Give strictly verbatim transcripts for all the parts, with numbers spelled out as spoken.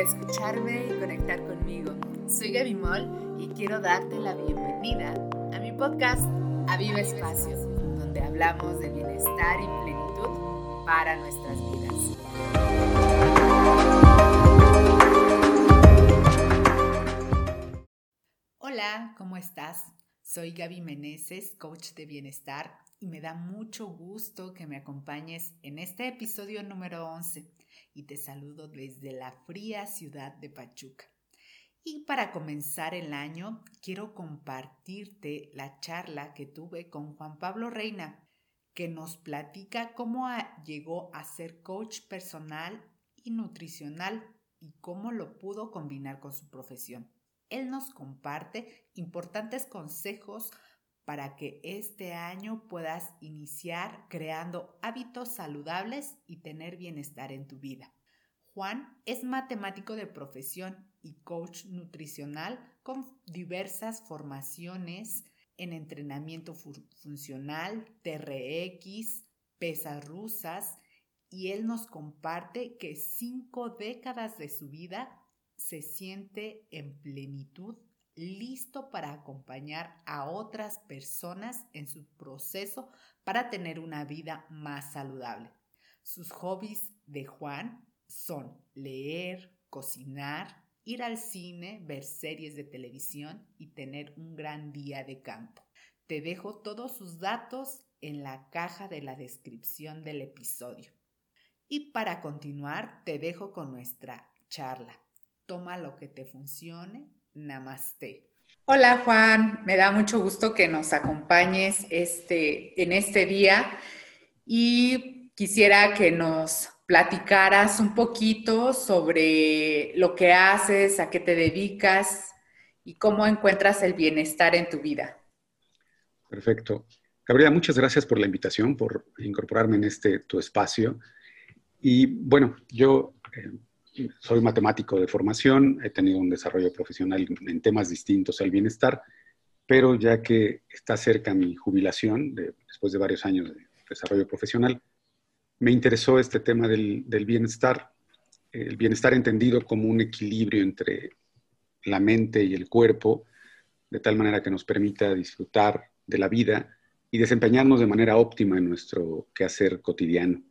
escucharme y conectar conmigo. Soy Gaby Moll y quiero darte la bienvenida a mi podcast A Viva Espacio, donde hablamos de bienestar y plenitud para nuestras vidas. Hola, ¿cómo estás? Soy Gaby Meneses, coach de bienestar, y me da mucho gusto que me acompañes en este episodio número once. Y te saludo desde la fría ciudad de Pachuca. Y para comenzar el año, quiero compartirte la charla que tuve con Juan Pablo Reina, que nos platica cómo llegó a ser coach personal y nutricional y cómo lo pudo combinar con su profesión. Él nos comparte importantes consejos para que este año puedas iniciar creando hábitos saludables y tener bienestar en tu vida. Juan es matemático de profesión y coach nutricional con diversas formaciones en entrenamiento fu- funcional, T R X, pesas rusas, y él nos comparte que cinco décadas de su vida se siente en plenitud, listo para acompañar a otras personas en su proceso para tener una vida más saludable. Sus hobbies de Juan son leer, cocinar, ir al cine, ver series de televisión y tener un gran día de campo. Te dejo todos sus datos en la caja de la descripción del episodio. Y para continuar, te dejo con nuestra charla. Toma lo que te funcione. Namaste. Hola Juan, me da mucho gusto que nos acompañes este, en este día y quisiera que nos platicaras un poquito sobre lo que haces, a qué te dedicas y cómo encuentras el bienestar en tu vida. Perfecto. Gabriela, muchas gracias por la invitación, por incorporarme en este tu espacio. Y bueno, yo eh, soy matemático de formación, he tenido un desarrollo profesional en temas distintos al bienestar, pero ya que está cerca mi jubilación, de, después de varios años de desarrollo profesional, me interesó este tema del, del bienestar, el bienestar entendido como un equilibrio entre la mente y el cuerpo, de tal manera que nos permita disfrutar de la vida y desempeñarnos de manera óptima en nuestro quehacer cotidiano.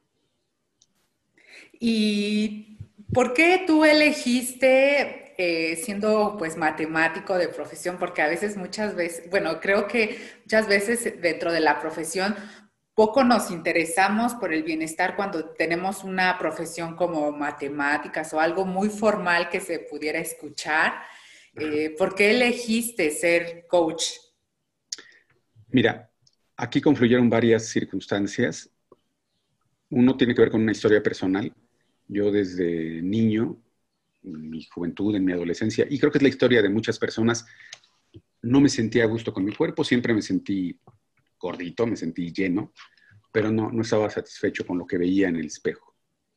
¿Y por qué tú elegiste, eh, siendo pues matemático de profesión? Porque a veces, muchas veces, bueno, creo que muchas veces dentro de la profesión poco nos interesamos por el bienestar cuando tenemos una profesión como matemáticas o algo muy formal que se pudiera escuchar. Eh, ¿por qué elegiste ser coach? Mira, aquí confluyeron varias circunstancias. Uno tiene que ver con una historia personal. Yo desde niño, en mi juventud, en mi adolescencia, y creo que es la historia de muchas personas, no me sentía a gusto con mi cuerpo, siempre me sentí gordito, me sentí lleno, pero no, no estaba satisfecho con lo que veía en el espejo.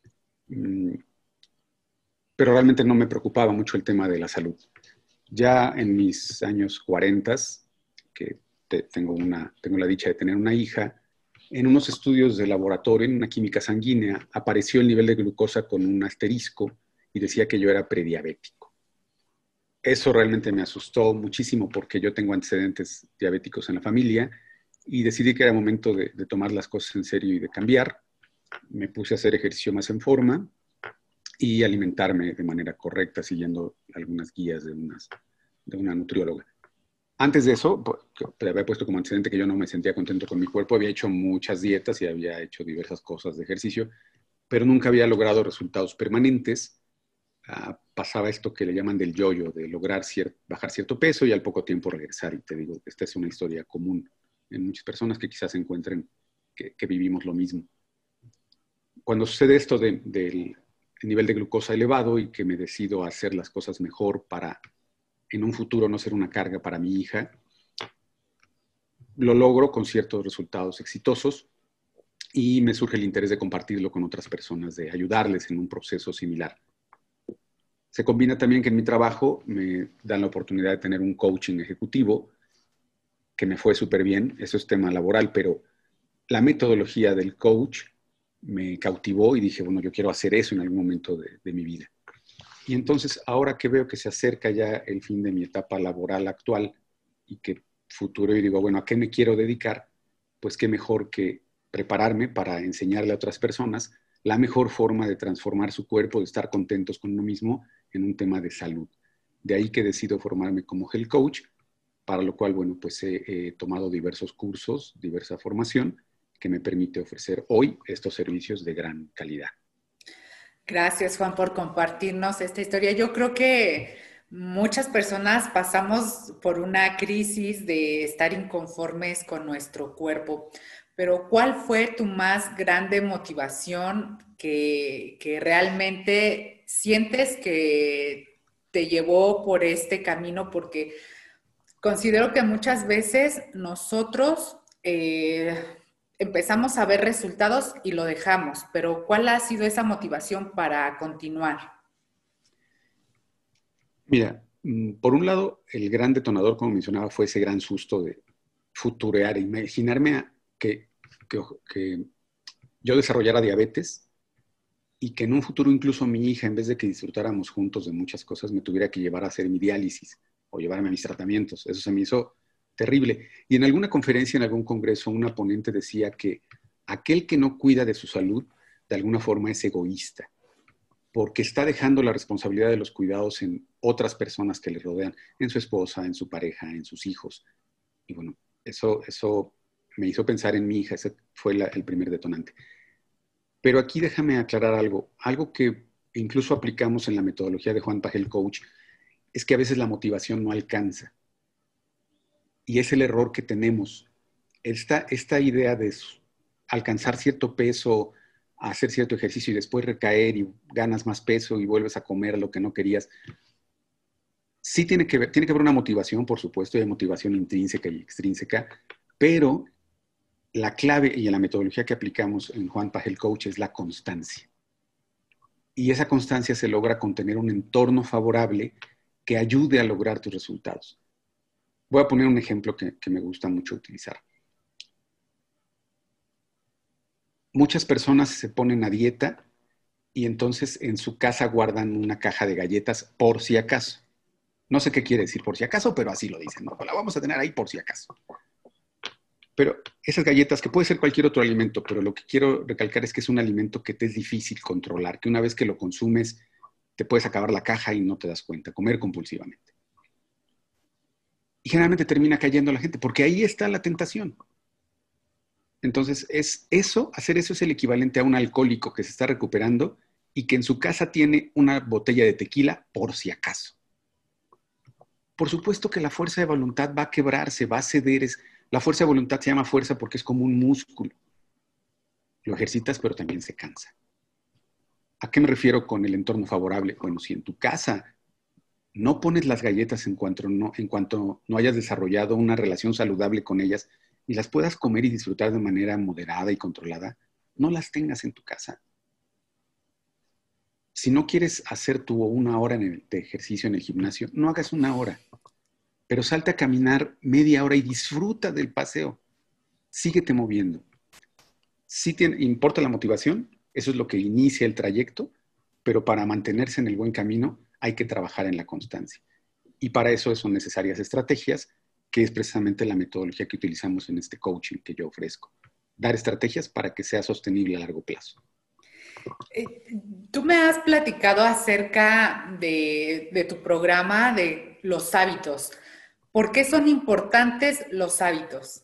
Pero realmente no me preocupaba mucho el tema de la salud. Ya en mis años cuarenta, que te, tengo, una, tengo la dicha de tener una hija, en unos estudios de laboratorio, en una química sanguínea, apareció el nivel de glucosa con un asterisco y decía que yo era prediabético. Eso realmente me asustó muchísimo porque yo tengo antecedentes diabéticos en la familia y decidí que era momento de, de tomar las cosas en serio y de cambiar. Me puse a hacer ejercicio más en forma y alimentarme de manera correcta, siguiendo algunas guías de, unas, de una nutrióloga. Antes de eso, te había puesto como antecedente que yo no me sentía contento con mi cuerpo, había hecho muchas dietas y había hecho diversas cosas de ejercicio, pero nunca había logrado resultados permanentes. Uh, pasaba esto que le llaman del yo-yo, de lograr cier- bajar cierto peso y al poco tiempo regresar. Y te digo, esta es una historia común en muchas personas que quizás encuentren que, que vivimos lo mismo. Cuando sucede esto de, del nivel de glucosa elevado y que me decido a hacer las cosas mejor para en un futuro no ser una carga para mi hija, lo logro con ciertos resultados exitosos y me surge el interés de compartirlo con otras personas, de ayudarles en un proceso similar. Se combina también que en mi trabajo me dan la oportunidad de tener un coaching ejecutivo, que me fue súper bien, eso es tema laboral, pero la metodología del coach me cautivó y dije, bueno, yo quiero hacer eso en algún momento de, de mi vida. Y entonces, ahora que veo que se acerca ya el fin de mi etapa laboral actual y que futuro, y digo, bueno, ¿a qué me quiero dedicar? Pues qué mejor que prepararme para enseñarle a otras personas la mejor forma de transformar su cuerpo, de estar contentos con uno mismo en un tema de salud. De ahí que decido formarme como health coach, para lo cual, bueno, pues he, he tomado diversos cursos, diversa formación, que me permite ofrecer hoy estos servicios de gran calidad. Gracias, Juan, por compartirnos esta historia. Yo creo que muchas personas pasamos por una crisis de estar inconformes con nuestro cuerpo, pero ¿cuál fue tu más grande motivación que, que realmente sientes que te llevó por este camino? Porque considero que muchas veces nosotros eh, empezamos a ver resultados y lo dejamos, pero ¿cuál ha sido esa motivación para continuar? Mira, por un lado, el gran detonador, como mencionaba, fue ese gran susto de futurear, imaginarme a que, que, que yo desarrollara diabetes y que en un futuro incluso mi hija, en vez de que disfrutáramos juntos de muchas cosas, me tuviera que llevar a hacer mi diálisis o llevarme a mis tratamientos. Eso se me hizo terrible. Y en alguna conferencia, en algún congreso, una ponente decía que aquel que no cuida de su salud, de alguna forma es egoísta, porque está dejando la responsabilidad de los cuidados en otras personas que le rodean, en su esposa, en su pareja, en sus hijos. Y bueno, eso, eso me hizo pensar en mi hija, ese fue la, el primer detonante. Pero aquí déjame aclarar algo, algo que incluso aplicamos en la metodología de Juan Pagel Coach, es que a veces la motivación no alcanza. Y es el error que tenemos. Esta, esta idea de alcanzar cierto peso, hacer cierto ejercicio y después recaer y ganas más peso y vuelves a comer lo que no querías. Sí tiene que ver, tiene que haber una motivación, por supuesto, hay motivación intrínseca y extrínseca, pero la clave y en la metodología que aplicamos en Juan Pagel Coach es la constancia. Y esa constancia se logra con tener un entorno favorable que ayude a lograr tus resultados. Voy a poner un ejemplo que, que me gusta mucho utilizar. Muchas personas se ponen a dieta y entonces en su casa guardan una caja de galletas por si acaso. No sé qué quiere decir por si acaso, pero así lo dicen, ¿no? La vamos a tener ahí por si acaso. Pero esas galletas, que puede ser cualquier otro alimento, pero lo que quiero recalcar es que es un alimento que te es difícil controlar, que una vez que lo consumes te puedes acabar la caja y no te das cuenta, comer compulsivamente. Y generalmente termina cayendo la gente, porque ahí está la tentación. Entonces, es eso, hacer eso es el equivalente a un alcohólico que se está recuperando y que en su casa tiene una botella de tequila por si acaso. Por supuesto que la fuerza de voluntad va a quebrarse, va a ceder. Es, la fuerza de voluntad se llama fuerza porque es como un músculo. Lo ejercitas, pero también se cansa. ¿A qué me refiero con el entorno favorable? Bueno, si en tu casa no pones las galletas en cuanto no, en cuanto no hayas desarrollado una relación saludable con ellas y las puedas comer y disfrutar de manera moderada y controlada, no las tengas en tu casa. Si no quieres hacer tu una hora de ejercicio en el gimnasio, no hagas una hora, pero salte a caminar media hora y disfruta del paseo. Síguete moviendo. Sí tiene, importa la motivación, eso es lo que inicia el trayecto, pero para mantenerse en el buen camino hay que trabajar en la constancia. Y para eso son necesarias estrategias, que es precisamente la metodología que utilizamos en este coaching que yo ofrezco. Dar estrategias para que sea sostenible a largo plazo. Eh, tú me has platicado acerca de, de tu programa de los hábitos. ¿Por qué son importantes los hábitos?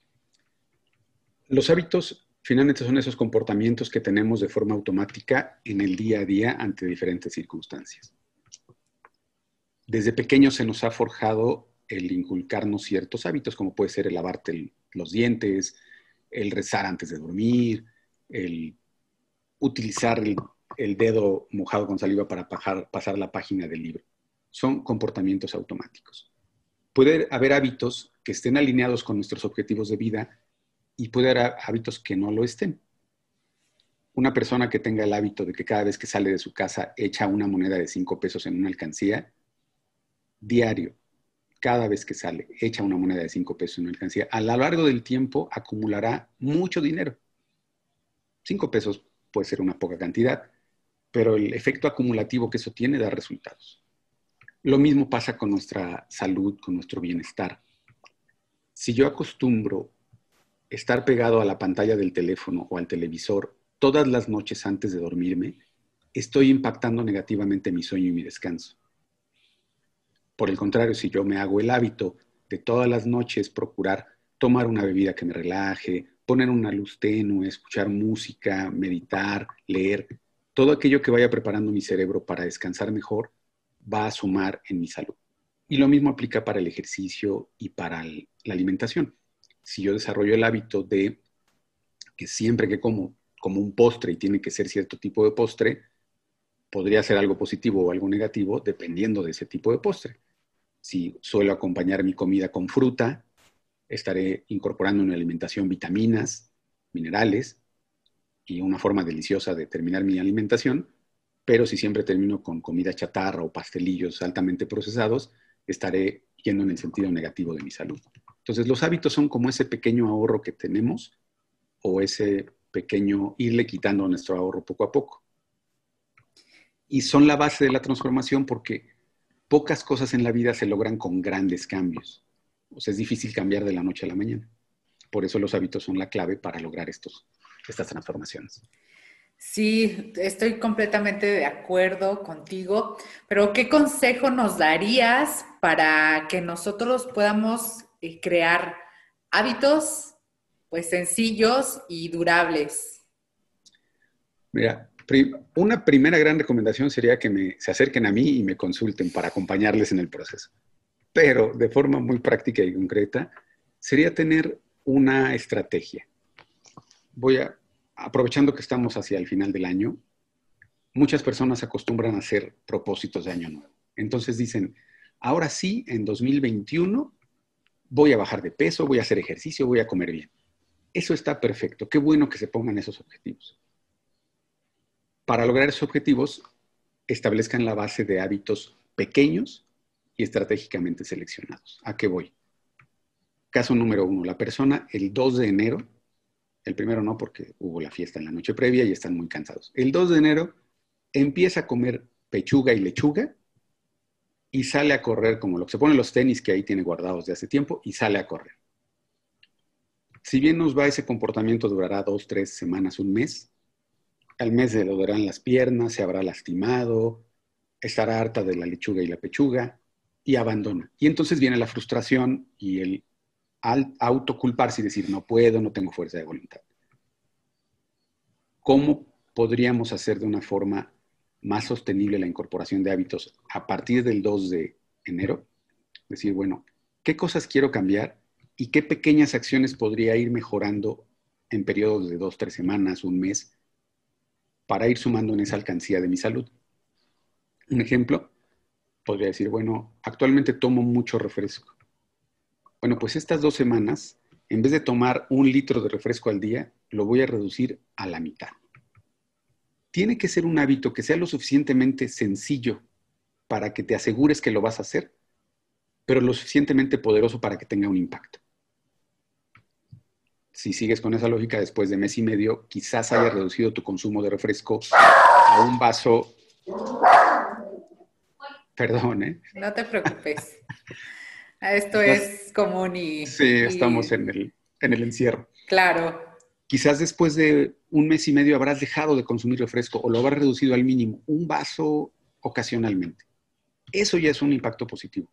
Los hábitos finalmente son esos comportamientos que tenemos de forma automática en el día a día ante diferentes circunstancias. Desde pequeños se nos ha forjado el inculcarnos ciertos hábitos, como puede ser el lavarte el, los dientes, el rezar antes de dormir, el utilizar el, el dedo mojado con saliva para pasar, pasar la página del libro. Son comportamientos automáticos. Puede haber hábitos que estén alineados con nuestros objetivos de vida y puede haber hábitos que no lo estén. Una persona que tenga el hábito de que cada vez que sale de su casa echa una moneda de cinco pesos en una alcancía, diario, cada vez que sale, echa una moneda de cinco pesos en una alcancía, a lo largo del tiempo acumulará mucho dinero. Cinco pesos puede ser una poca cantidad, pero el efecto acumulativo que eso tiene da resultados. Lo mismo pasa con nuestra salud, con nuestro bienestar. Si yo acostumbro estar pegado a la pantalla del teléfono o al televisor todas las noches antes de dormirme, estoy impactando negativamente mi sueño y mi descanso. Por el contrario, si yo me hago el hábito de todas las noches procurar tomar una bebida que me relaje, poner una luz tenue, escuchar música, meditar, leer, todo aquello que vaya preparando mi cerebro para descansar mejor, va a sumar en mi salud. Y lo mismo aplica para el ejercicio y para el, la alimentación. Si yo desarrollo el hábito de que siempre que como, como un postre y tiene que ser cierto tipo de postre, podría ser algo positivo o algo negativo dependiendo de ese tipo de postre. Si suelo acompañar mi comida con fruta, estaré incorporando en mi alimentación vitaminas, minerales y una forma deliciosa de terminar mi alimentación, pero si siempre termino con comida chatarra o pastelillos altamente procesados, estaré yendo en el sentido negativo de mi salud. Entonces, los hábitos son como ese pequeño ahorro que tenemos o ese pequeño irle quitando a nuestro ahorro poco a poco. Y son la base de la transformación porque pocas cosas en la vida se logran con grandes cambios. O sea, es difícil cambiar de la noche a la mañana. Por eso los hábitos son la clave para lograr estos, estas transformaciones. Sí, estoy completamente de acuerdo contigo, pero ¿qué consejo nos darías para que nosotros podamos eh, crear hábitos pues sencillos y durables? Mira, una primera gran recomendación sería que me, se acerquen a mí y me consulten para acompañarles en el proceso. Pero de forma muy práctica y concreta, sería tener una estrategia. Voy a, aprovechando que estamos hacia el final del año, muchas personas acostumbran a hacer propósitos de año nuevo. Entonces dicen, ahora sí, en dos mil veintiuno voy a bajar de peso, voy a hacer ejercicio, voy a comer bien. Eso está perfecto. Qué bueno que se pongan esos objetivos. Para lograr esos objetivos, establezcan la base de hábitos pequeños y estratégicamente seleccionados. ¿A qué voy? Caso número uno, la persona el dos de enero, el primero no porque hubo la fiesta en la noche previa y están muy cansados. El dos de enero empieza a comer pechuga y lechuga y sale a correr como lo que se pone los tenis que ahí tiene guardados de hace tiempo y sale a correr. Si bien nos va ese comportamiento, durará dos, tres semanas, un mes. Al mes le dolerán las piernas, se habrá lastimado, estará harta de la lechuga y la pechuga y abandona. Y entonces viene la frustración y el autoculparse y decir, no puedo, no tengo fuerza de voluntad. ¿Cómo podríamos hacer de una forma más sostenible la incorporación de hábitos a partir del dos de enero? Decir, bueno, ¿qué cosas quiero cambiar y qué pequeñas acciones podría ir mejorando en periodos de dos, tres semanas, un mes, para ir sumando en esa alcancía de mi salud? Un ejemplo, podría decir, bueno, actualmente tomo mucho refresco. Bueno, pues estas dos semanas, en vez de tomar un litro de refresco al día, lo voy a reducir a la mitad. Tiene que ser un hábito que sea lo suficientemente sencillo para que te asegures que lo vas a hacer, pero lo suficientemente poderoso para que tenga un impacto. Si sigues con esa lógica, después de mes y medio, quizás hayas reducido tu consumo de refresco a un vaso. Perdón, ¿eh? No te preocupes. Esto Quizás, es común y, sí, estamos y en el, en el encierro. claro. Quizás después de un mes y medio habrás dejado de consumir refresco o lo habrás reducido al mínimo, un vaso ocasionalmente. Eso ya es un impacto positivo.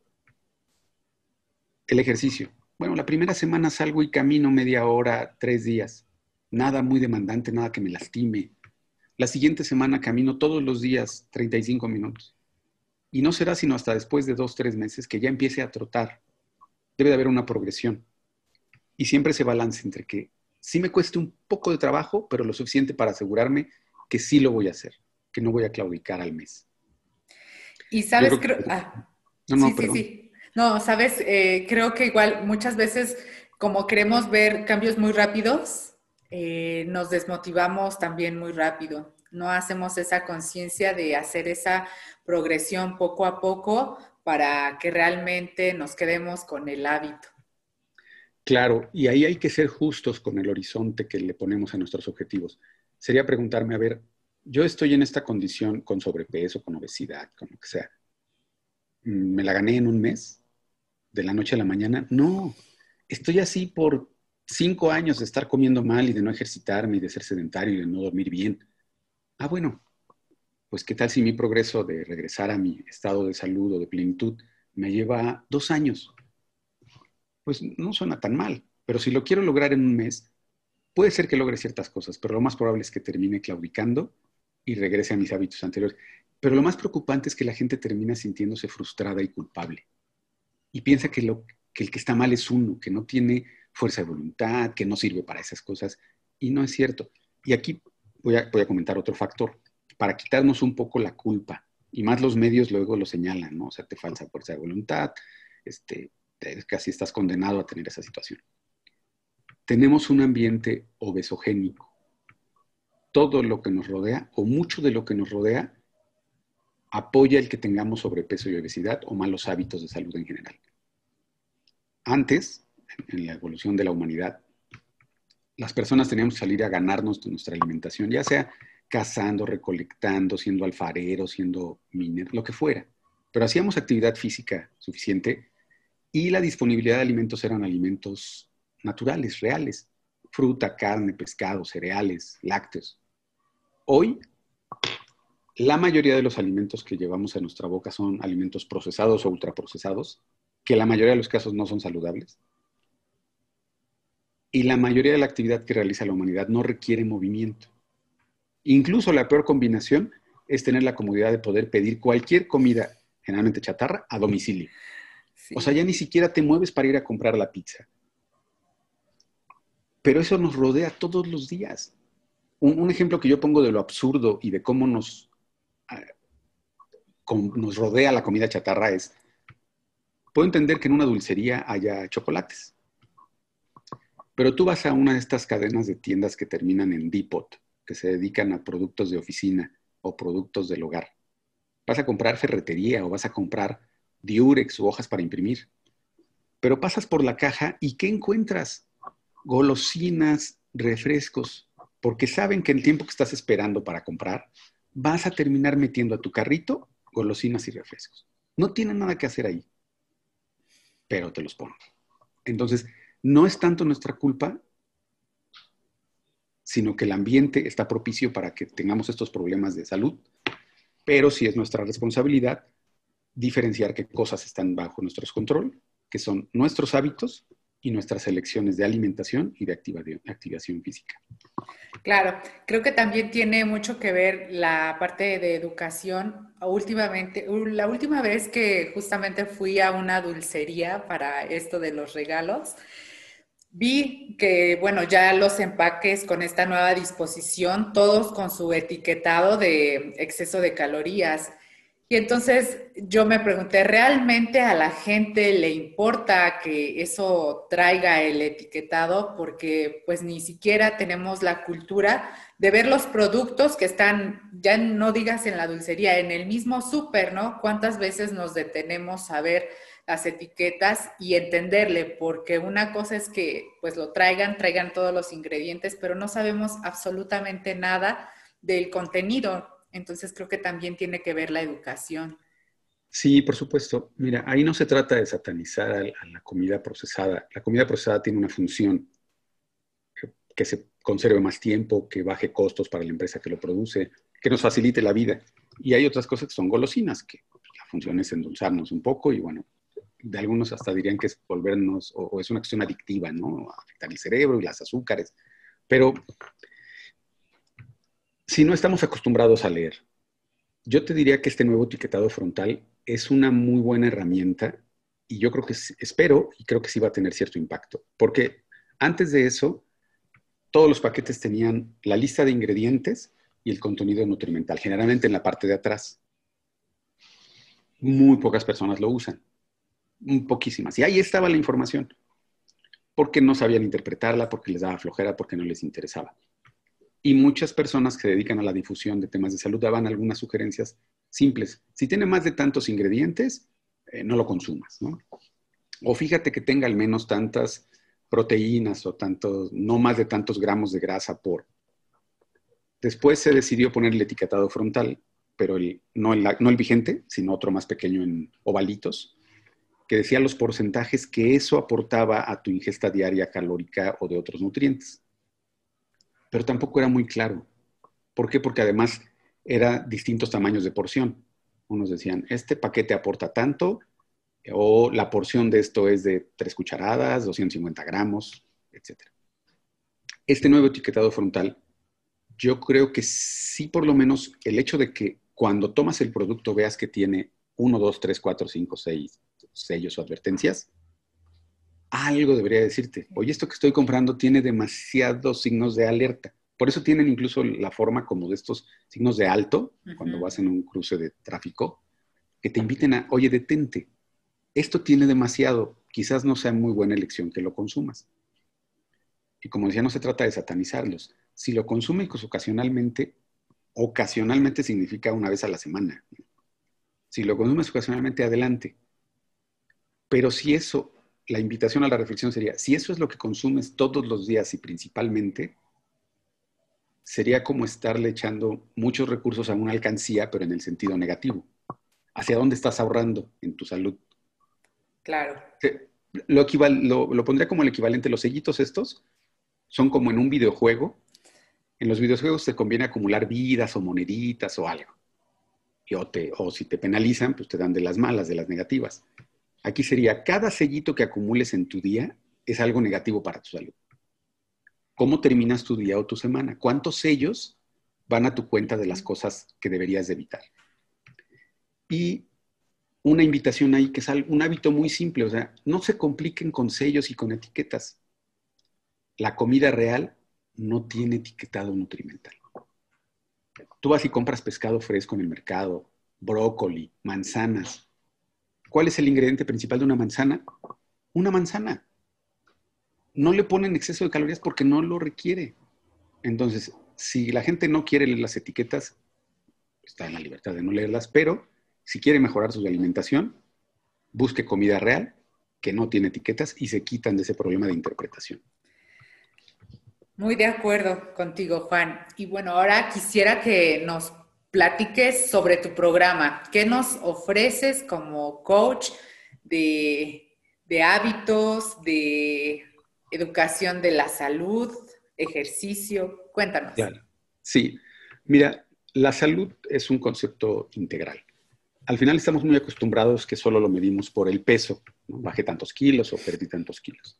El ejercicio. Bueno, la primera semana salgo y camino media hora, tres días. Nada muy demandante, nada que me lastime. La siguiente semana camino todos los días treinta y cinco minutos. Y no será sino hasta después de dos, tres meses que ya empiece a trotar. Debe de haber una progresión. Y siempre ese balance entre que sí me cueste un poco de trabajo, pero lo suficiente para asegurarme que sí lo voy a hacer, que no voy a claudicar al mes. Y Yo sabes, creo creo, que... ah, No, sí, no, sí, perdón. sí. No, sabes, eh, creo que igual muchas veces como queremos ver cambios muy rápidos, eh, nos desmotivamos también muy rápido. No hacemos esa conciencia de hacer esa progresión poco a poco para que realmente nos quedemos con el hábito. Claro, y ahí hay que ser justos con el horizonte que le ponemos a nuestros objetivos. Sería preguntarme, a ver, yo estoy en esta condición con sobrepeso, con obesidad, con lo que sea. ¿Me la gané en un mes? ¿De la noche a la mañana? No, estoy así por cinco años de estar comiendo mal y de no ejercitarme y de ser sedentario y de no dormir bien. Ah, bueno, pues ¿qué tal si mi progreso de regresar a mi estado de salud o de plenitud me lleva dos años? Pues no suena tan mal, pero si lo quiero lograr en un mes, puede ser que logre ciertas cosas, pero lo más probable es que termine claudicando y regrese a mis hábitos anteriores. Pero lo más preocupante es que la gente termina sintiéndose frustrada y culpable y piensa que, lo, que el que está mal es uno, que no tiene fuerza de voluntad, que no sirve para esas cosas, y no es cierto. Y aquí voy a, voy a comentar otro factor, para quitarnos un poco la culpa, y más los medios luego lo señalan, ¿no? O sea, te falta fuerza de voluntad, este, te, casi estás condenado a tener esa situación. Tenemos un ambiente obesogénico. Todo lo que nos rodea, o mucho de lo que nos rodea, apoya el que tengamos sobrepeso y obesidad o malos hábitos de salud en general. Antes, en la evolución de la humanidad, las personas teníamos que salir a ganarnos de nuestra alimentación, ya sea cazando, recolectando, siendo alfareros, siendo mineros, lo que fuera. Pero hacíamos actividad física suficiente y la disponibilidad de alimentos eran alimentos naturales, reales. Fruta, carne, pescado, cereales, lácteos. Hoy, la mayoría de los alimentos que llevamos a nuestra boca son alimentos procesados o ultraprocesados, que la mayoría de los casos no son saludables. Y la mayoría de la actividad que realiza la humanidad no requiere movimiento. Incluso la peor combinación es tener la comodidad de poder pedir cualquier comida, generalmente chatarra, a domicilio. Sí. O sea, ya ni siquiera te mueves para ir a comprar la pizza. Pero eso nos rodea todos los días. Un, un ejemplo que yo pongo de lo absurdo y de cómo nos, eh, con, nos rodea la comida chatarra es, puedo entender que en una dulcería haya chocolates, pero tú vas a una de estas cadenas de tiendas que terminan en Depot, que se dedican a productos de oficina o productos del hogar. Vas a comprar ferretería o vas a comprar diurex u hojas para imprimir. Pero pasas por la caja y ¿qué encuentras? Golosinas, refrescos, porque saben que el tiempo que estás esperando para comprar, vas a terminar metiendo a tu carrito golosinas y refrescos. No tienen nada que hacer ahí, pero te los ponen. Entonces, no es tanto nuestra culpa, sino que el ambiente está propicio para que tengamos estos problemas de salud, pero sí es nuestra responsabilidad diferenciar qué cosas están bajo nuestro control, que son nuestros hábitos y nuestras elecciones de alimentación y de activación física. Claro, creo que también tiene mucho que ver la parte de educación. Últimamente, la última vez que justamente fui a una dulcería para esto de los regalos, vi que, bueno, ya los empaques con esta nueva disposición, todos con su etiquetado de exceso de calorías. Y entonces yo me pregunté, ¿realmente a la gente le importa que eso traiga el etiquetado? Porque pues ni siquiera tenemos la cultura de ver los productos que están, ya no digas en la dulcería, en el mismo súper, ¿no? ¿Cuántas veces nos detenemos a ver las etiquetas y entenderle? Porque una cosa es que pues lo traigan, traigan todos los ingredientes, pero no sabemos absolutamente nada del contenido. Entonces creo que también tiene que ver la educación. Sí, por supuesto. Mira, ahí no se trata de satanizar a la comida procesada. La comida procesada tiene una función, que se conserve más tiempo, que baje costos para la empresa que lo produce, que nos facilite la vida. Y hay otras cosas que son golosinas, que la función es endulzarnos un poco y bueno, de algunos hasta dirían que es volvernos, o, o es una cuestión adictiva, ¿no? Afectar el cerebro y las azúcares. Pero si no estamos acostumbrados a leer, yo te diría que este nuevo etiquetado frontal es una muy buena herramienta y yo creo que, espero y creo que sí va a tener cierto impacto. Porque antes de eso, todos los paquetes tenían la lista de ingredientes y el contenido nutrimental, generalmente en la parte de atrás. Muy pocas personas lo usan, poquísimas. Y ahí estaba la información, porque no sabían interpretarla, porque les daba flojera, porque no les interesaba. Y muchas personas que se dedican a la difusión de temas de salud daban algunas sugerencias simples. Si tiene más de tantos ingredientes, eh, no lo consumas, ¿no? O fíjate que tenga al menos tantas proteínas o tantos, no más de tantos gramos de grasa por, Después se decidió poner el etiquetado frontal, pero el, no, el, no el vigente, sino otro más pequeño en ovalitos, que decía los porcentajes que eso aportaba a tu ingesta diaria calórica o de otros nutrientes. Pero tampoco era muy claro. ¿Por qué? Porque además eran distintos tamaños de porción. Unos decían, este paquete aporta tanto, o la porción de esto es de tres cucharadas, doscientos cincuenta gramos, etcétera. Este nuevo etiquetado frontal, yo creo que sí, por lo menos el hecho de que cuando tomas el producto veas que tiene uno, dos, tres, cuatro, cinco, seis sellos o advertencias, algo debería decirte. Oye, esto que estoy comprando tiene demasiados signos de alerta. Por eso tienen incluso la forma como de estos signos de alto, uh-huh, cuando vas en un cruce de tráfico, que te inviten a, oye, detente. Esto tiene demasiado. Quizás no sea muy buena elección que lo consumas. Y como decía, no se trata de satanizarlos. Si lo consumes ocasionalmente, ocasionalmente significa una vez a la semana. Si lo consumes ocasionalmente, adelante. Pero si eso, la invitación a la reflexión sería, si eso es lo que consumes todos los días y principalmente, sería como estarle echando muchos recursos a una alcancía, pero en el sentido negativo. ¿Hacia dónde estás ahorrando en tu salud? Claro. Lo, equival, lo, lo pondría como el equivalente, los sellitos estos son como en un videojuego. En los videojuegos te conviene acumular vidas o moneditas o algo. Y o, te, o si te penalizan, pues te dan de las malas, de las negativas. Aquí sería, cada sellito que acumules en tu día es algo negativo para tu salud. ¿Cómo terminas tu día o tu semana? ¿Cuántos sellos van a tu cuenta de las cosas que deberías de evitar? Y una invitación ahí que es un hábito muy simple, o sea, no se compliquen con sellos y con etiquetas. La comida real no tiene etiquetado nutrimental. Tú vas y compras pescado fresco en el mercado, brócoli, manzanas. ¿Cuál es el ingrediente principal de una manzana? Una manzana. No le ponen exceso de calorías porque no lo requiere. Entonces, si la gente no quiere leer las etiquetas, está en la libertad de no leerlas, pero si quiere mejorar su alimentación, busque comida real que no tiene etiquetas y se quitan de ese problema de interpretación. Muy de acuerdo contigo, Juan. Y bueno, ahora quisiera que nos platiques sobre tu programa. ¿Qué nos ofreces como coach de, de hábitos, de educación de la salud, ejercicio? Cuéntanos. Claro. Sí, mira, la salud es un concepto integral. Al final estamos muy acostumbrados que solo lo medimos por el peso, ¿no? Bajé tantos kilos o perdí tantos kilos.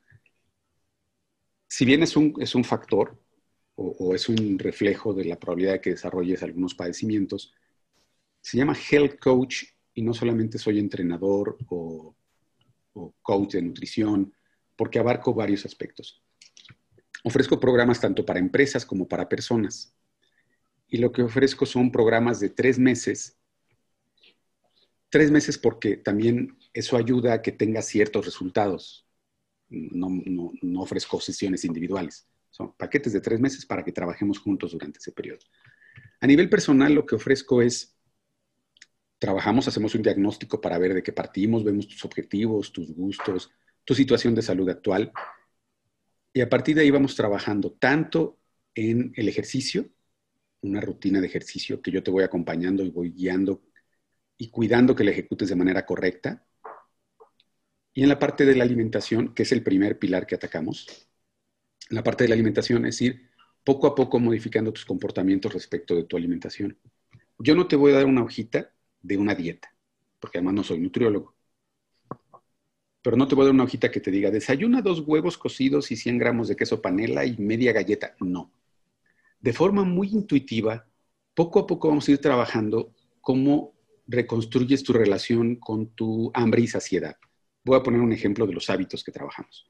Si bien es un, es un factor o, o es un reflejo de la probabilidad de que desarrolles algunos padecimientos, se llama Health Coach y no solamente soy entrenador o, o coach de nutrición, porque abarco varios aspectos. Ofrezco programas tanto para empresas como para personas. Y lo que ofrezco son programas de tres meses. Tres meses porque también eso ayuda a que tengas ciertos resultados. No, no, no ofrezco sesiones individuales. Son paquetes de tres meses para que trabajemos juntos durante ese periodo. A nivel personal, lo que ofrezco es, trabajamos, hacemos un diagnóstico para ver de qué partimos, vemos tus objetivos, tus gustos, tu situación de salud actual. Y a partir de ahí vamos trabajando tanto en el ejercicio, una rutina de ejercicio que yo te voy acompañando y voy guiando y cuidando que la ejecutes de manera correcta. Y en la parte de la alimentación, que es el primer pilar que atacamos, en la parte de la alimentación es ir poco a poco modificando tus comportamientos respecto de tu alimentación. Yo no te voy a dar una hojita de una dieta, porque además no soy nutriólogo. Pero no te voy a dar una hojita que te diga, desayuna dos huevos cocidos y cien gramos de queso panela y media galleta. No. De forma muy intuitiva, poco a poco vamos a ir trabajando cómo reconstruyes tu relación con tu hambre y saciedad. Voy a poner un ejemplo de los hábitos que trabajamos.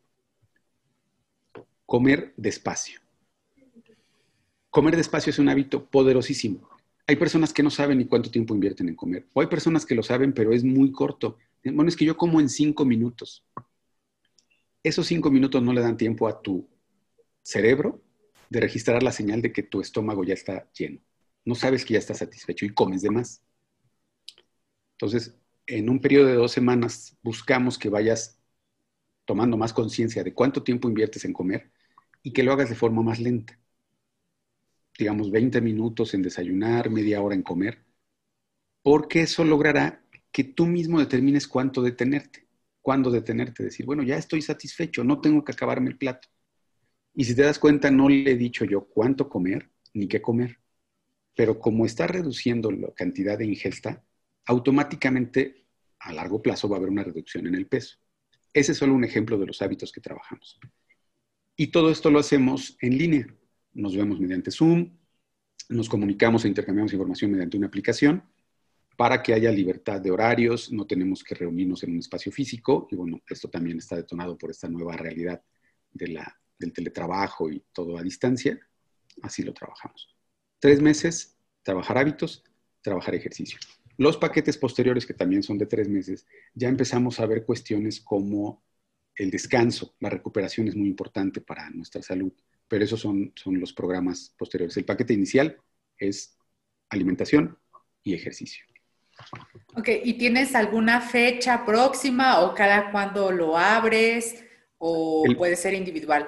Comer despacio. Comer despacio es un hábito poderosísimo. Hay personas que no saben ni cuánto tiempo invierten en comer. O hay personas que lo saben, pero es muy corto. Bueno, es que yo como en cinco minutos. Esos cinco minutos no le dan tiempo a tu cerebro de registrar la señal de que tu estómago ya está lleno. No sabes que ya estás satisfecho y comes de más. Entonces, en un periodo de dos semanas buscamos que vayas tomando más conciencia de cuánto tiempo inviertes en comer y que lo hagas de forma más lenta. digamos, veinte minutos en desayunar, media hora en comer, porque eso logrará que tú mismo determines cuánto detenerte, cuándo detenerte, decir, bueno, ya estoy satisfecho, no tengo que acabarme el plato. Y si te das cuenta, no le he dicho yo cuánto comer ni qué comer, pero como está reduciendo la cantidad de ingesta, automáticamente a largo plazo va a haber una reducción en el peso. Ese es solo un ejemplo de los hábitos que trabajamos. Y todo esto lo hacemos en línea. Nos vemos mediante Zoom, nos comunicamos e intercambiamos información mediante una aplicación para que haya libertad de horarios, no tenemos que reunirnos en un espacio físico. Y bueno, esto también está detonado por esta nueva realidad de la, del teletrabajo y todo a distancia. Así lo trabajamos. Tres meses, trabajar hábitos, trabajar ejercicio. Los paquetes posteriores, que también son de tres meses, ya empezamos a ver cuestiones como el descanso. La recuperación es muy importante para nuestra salud, pero esos son, son los programas posteriores. El paquete inicial es alimentación y ejercicio. Ok, ¿y tienes alguna fecha próxima o cada cuándo lo abres o El, puede ser individual?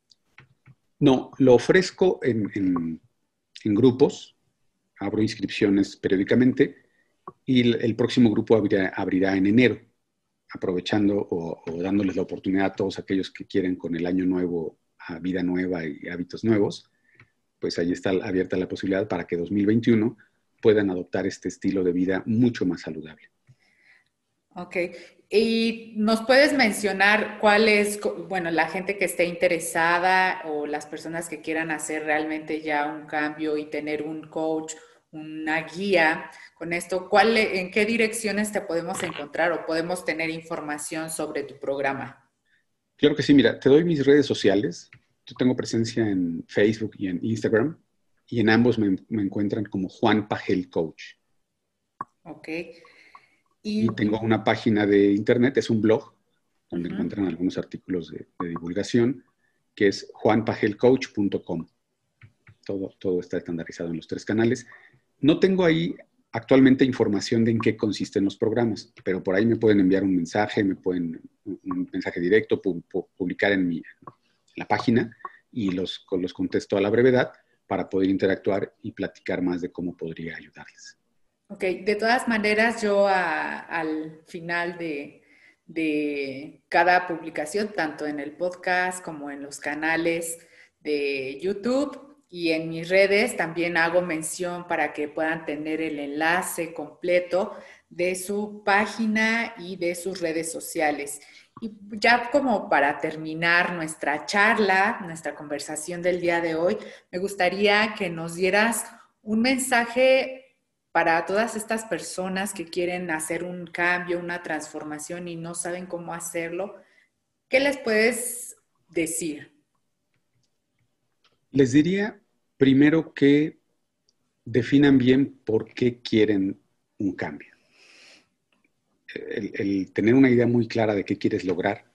no, lo ofrezco en, en, en grupos, abro inscripciones periódicamente y el, el próximo grupo abrirá, abrirá en enero, aprovechando o, o dándoles la oportunidad a todos aquellos que quieren con el año nuevo, a vida nueva y hábitos nuevos, pues ahí está abierta la posibilidad para que dos mil veintiuno puedan adoptar este estilo de vida mucho más saludable. Ok, y nos puedes mencionar cuál es, bueno, la gente que esté interesada o las personas que quieran hacer realmente ya un cambio y tener un coach, una guía con esto, ¿cuál, en qué direcciones te podemos encontrar o podemos tener información sobre tu programa? Claro que sí, mira, te doy mis redes sociales. Yo tengo presencia en Facebook y en Instagram, y en ambos me, me encuentran como Juan Pagel Coach. Ok. Y Y, tengo una página de internet, es un blog, donde uh-huh. encuentran algunos artículos de, de divulgación, que es juan pagel coach punto com. Todo, todo está estandarizado en los tres canales. No tengo ahí actualmente información de en qué consisten los programas, pero por ahí me pueden enviar un mensaje, me pueden un mensaje directo, pu pu publicar en, mi, en la página y los, los contesto a la brevedad para poder interactuar y platicar más de cómo podría ayudarles. Ok, de todas maneras yo a, al final de, de cada publicación, tanto en el podcast como en los canales de YouTube y en mis redes, también hago mención para que puedan tener el enlace completo de su página y de sus redes sociales. Y ya como para terminar nuestra charla, nuestra conversación del día de hoy, me gustaría que nos dieras un mensaje para todas estas personas que quieren hacer un cambio, una transformación y no saben cómo hacerlo. ¿Qué les puedes decir? Les diría primero que definan bien por qué quieren un cambio. El, el tener una idea muy clara de qué quieres lograr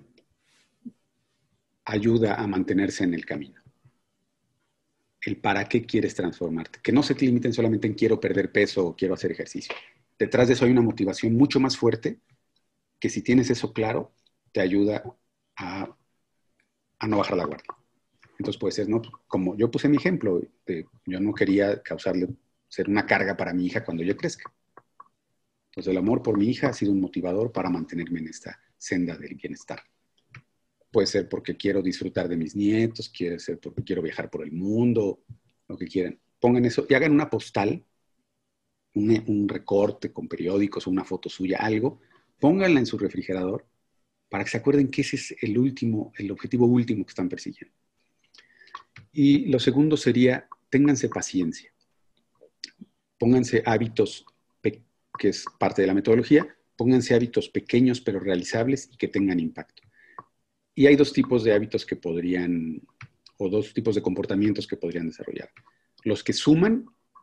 ayuda a mantenerse en el camino. El para qué quieres transformarte. Que no se te limiten solamente en quiero perder peso o quiero hacer ejercicio. Detrás de eso hay una motivación mucho más fuerte que si tienes eso claro, te ayuda a, a no bajar la guardia. Entonces puede ser, ¿no? Como yo puse mi ejemplo, de, yo no quería causarle, ser una carga para mi hija cuando yo crezca. Entonces el amor por mi hija ha sido un motivador para mantenerme en esta senda del bienestar. Puede ser porque quiero disfrutar de mis nietos, puede ser porque quiero viajar por el mundo, lo que quieran. Pongan eso y hagan una postal, un, un recorte con periódicos o una foto suya, algo, pónganla en su refrigerador para que se acuerden que ese es el último, el objetivo último que están persiguiendo. Y lo segundo sería, ténganse paciencia. Pónganse hábitos, que es parte de la metodología, pónganse hábitos pequeños pero realizables y que tengan impacto. Y hay dos tipos de hábitos que podrían, o dos tipos de comportamientos que podrían desarrollar. Los que suman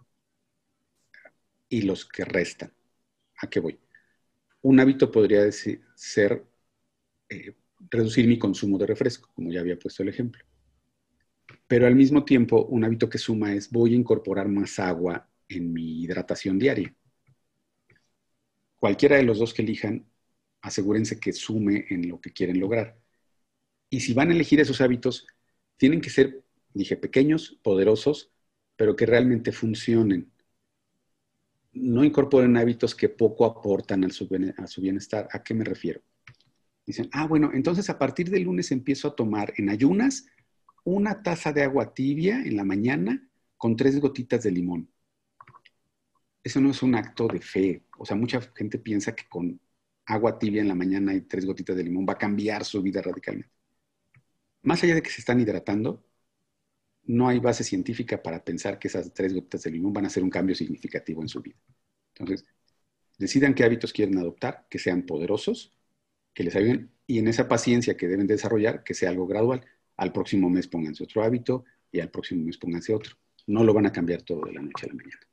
y los que restan. ¿A qué voy? Un hábito podría decir, ser eh, reducir mi consumo de refresco, como ya había puesto el ejemplo. Pero al mismo tiempo, un hábito que suma es voy a incorporar más agua en mi hidratación diaria. Cualquiera de los dos que elijan, asegúrense que sume en lo que quieren lograr. Y si van a elegir esos hábitos, tienen que ser, dije, pequeños, poderosos, pero que realmente funcionen. No incorporen hábitos que poco aportan a su, a su bienestar. ¿A qué me refiero? Dicen, ah, bueno, entonces a partir del lunes empiezo a tomar en ayunas una taza de agua tibia en la mañana con tres gotitas de limón. Eso no es un acto de fe. O sea, mucha gente piensa que con agua tibia en la mañana y tres gotitas de limón va a cambiar su vida radicalmente. Más allá de que se están hidratando, no hay base científica para pensar que esas tres gotitas de limón van a hacer un cambio significativo en su vida. Entonces, decidan qué hábitos quieren adoptar, que sean poderosos, que les ayuden, y en esa paciencia que deben desarrollar, que sea algo gradual. Al próximo mes pónganse otro hábito y al próximo mes pónganse otro. No lo van a cambiar todo de la noche a la mañana.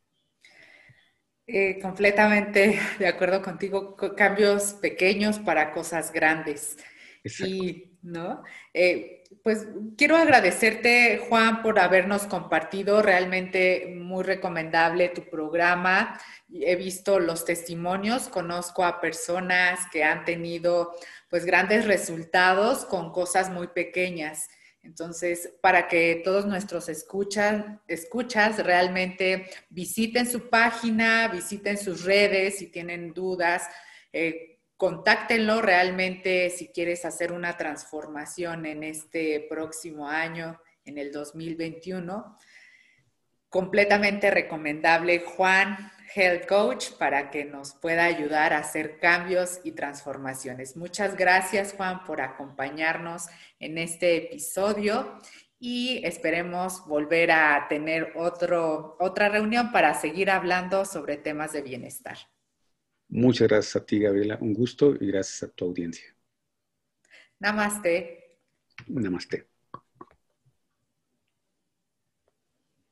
Eh, completamente de acuerdo contigo, cambios pequeños para cosas grandes. Exacto. Y, ¿no? Eh, pues quiero agradecerte, Juan, por habernos compartido, realmente muy recomendable tu programa. He visto los testimonios, conozco a personas que han tenido pues grandes resultados con cosas muy pequeñas. Entonces, para que todos nuestros escuchan, escuchas realmente visiten su página, visiten sus redes si tienen dudas, eh, contáctenlo realmente si quieres hacer una transformación en este próximo año, en el dos mil veintiuno. Completamente recomendable, Juan, Health Coach, para que nos pueda ayudar a hacer cambios y transformaciones. Muchas gracias, Juan, por acompañarnos en este episodio y esperemos volver a tener otro, otra reunión para seguir hablando sobre temas de bienestar. Muchas gracias a ti, Gabriela. Un gusto y gracias a tu audiencia. Namaste. Namaste.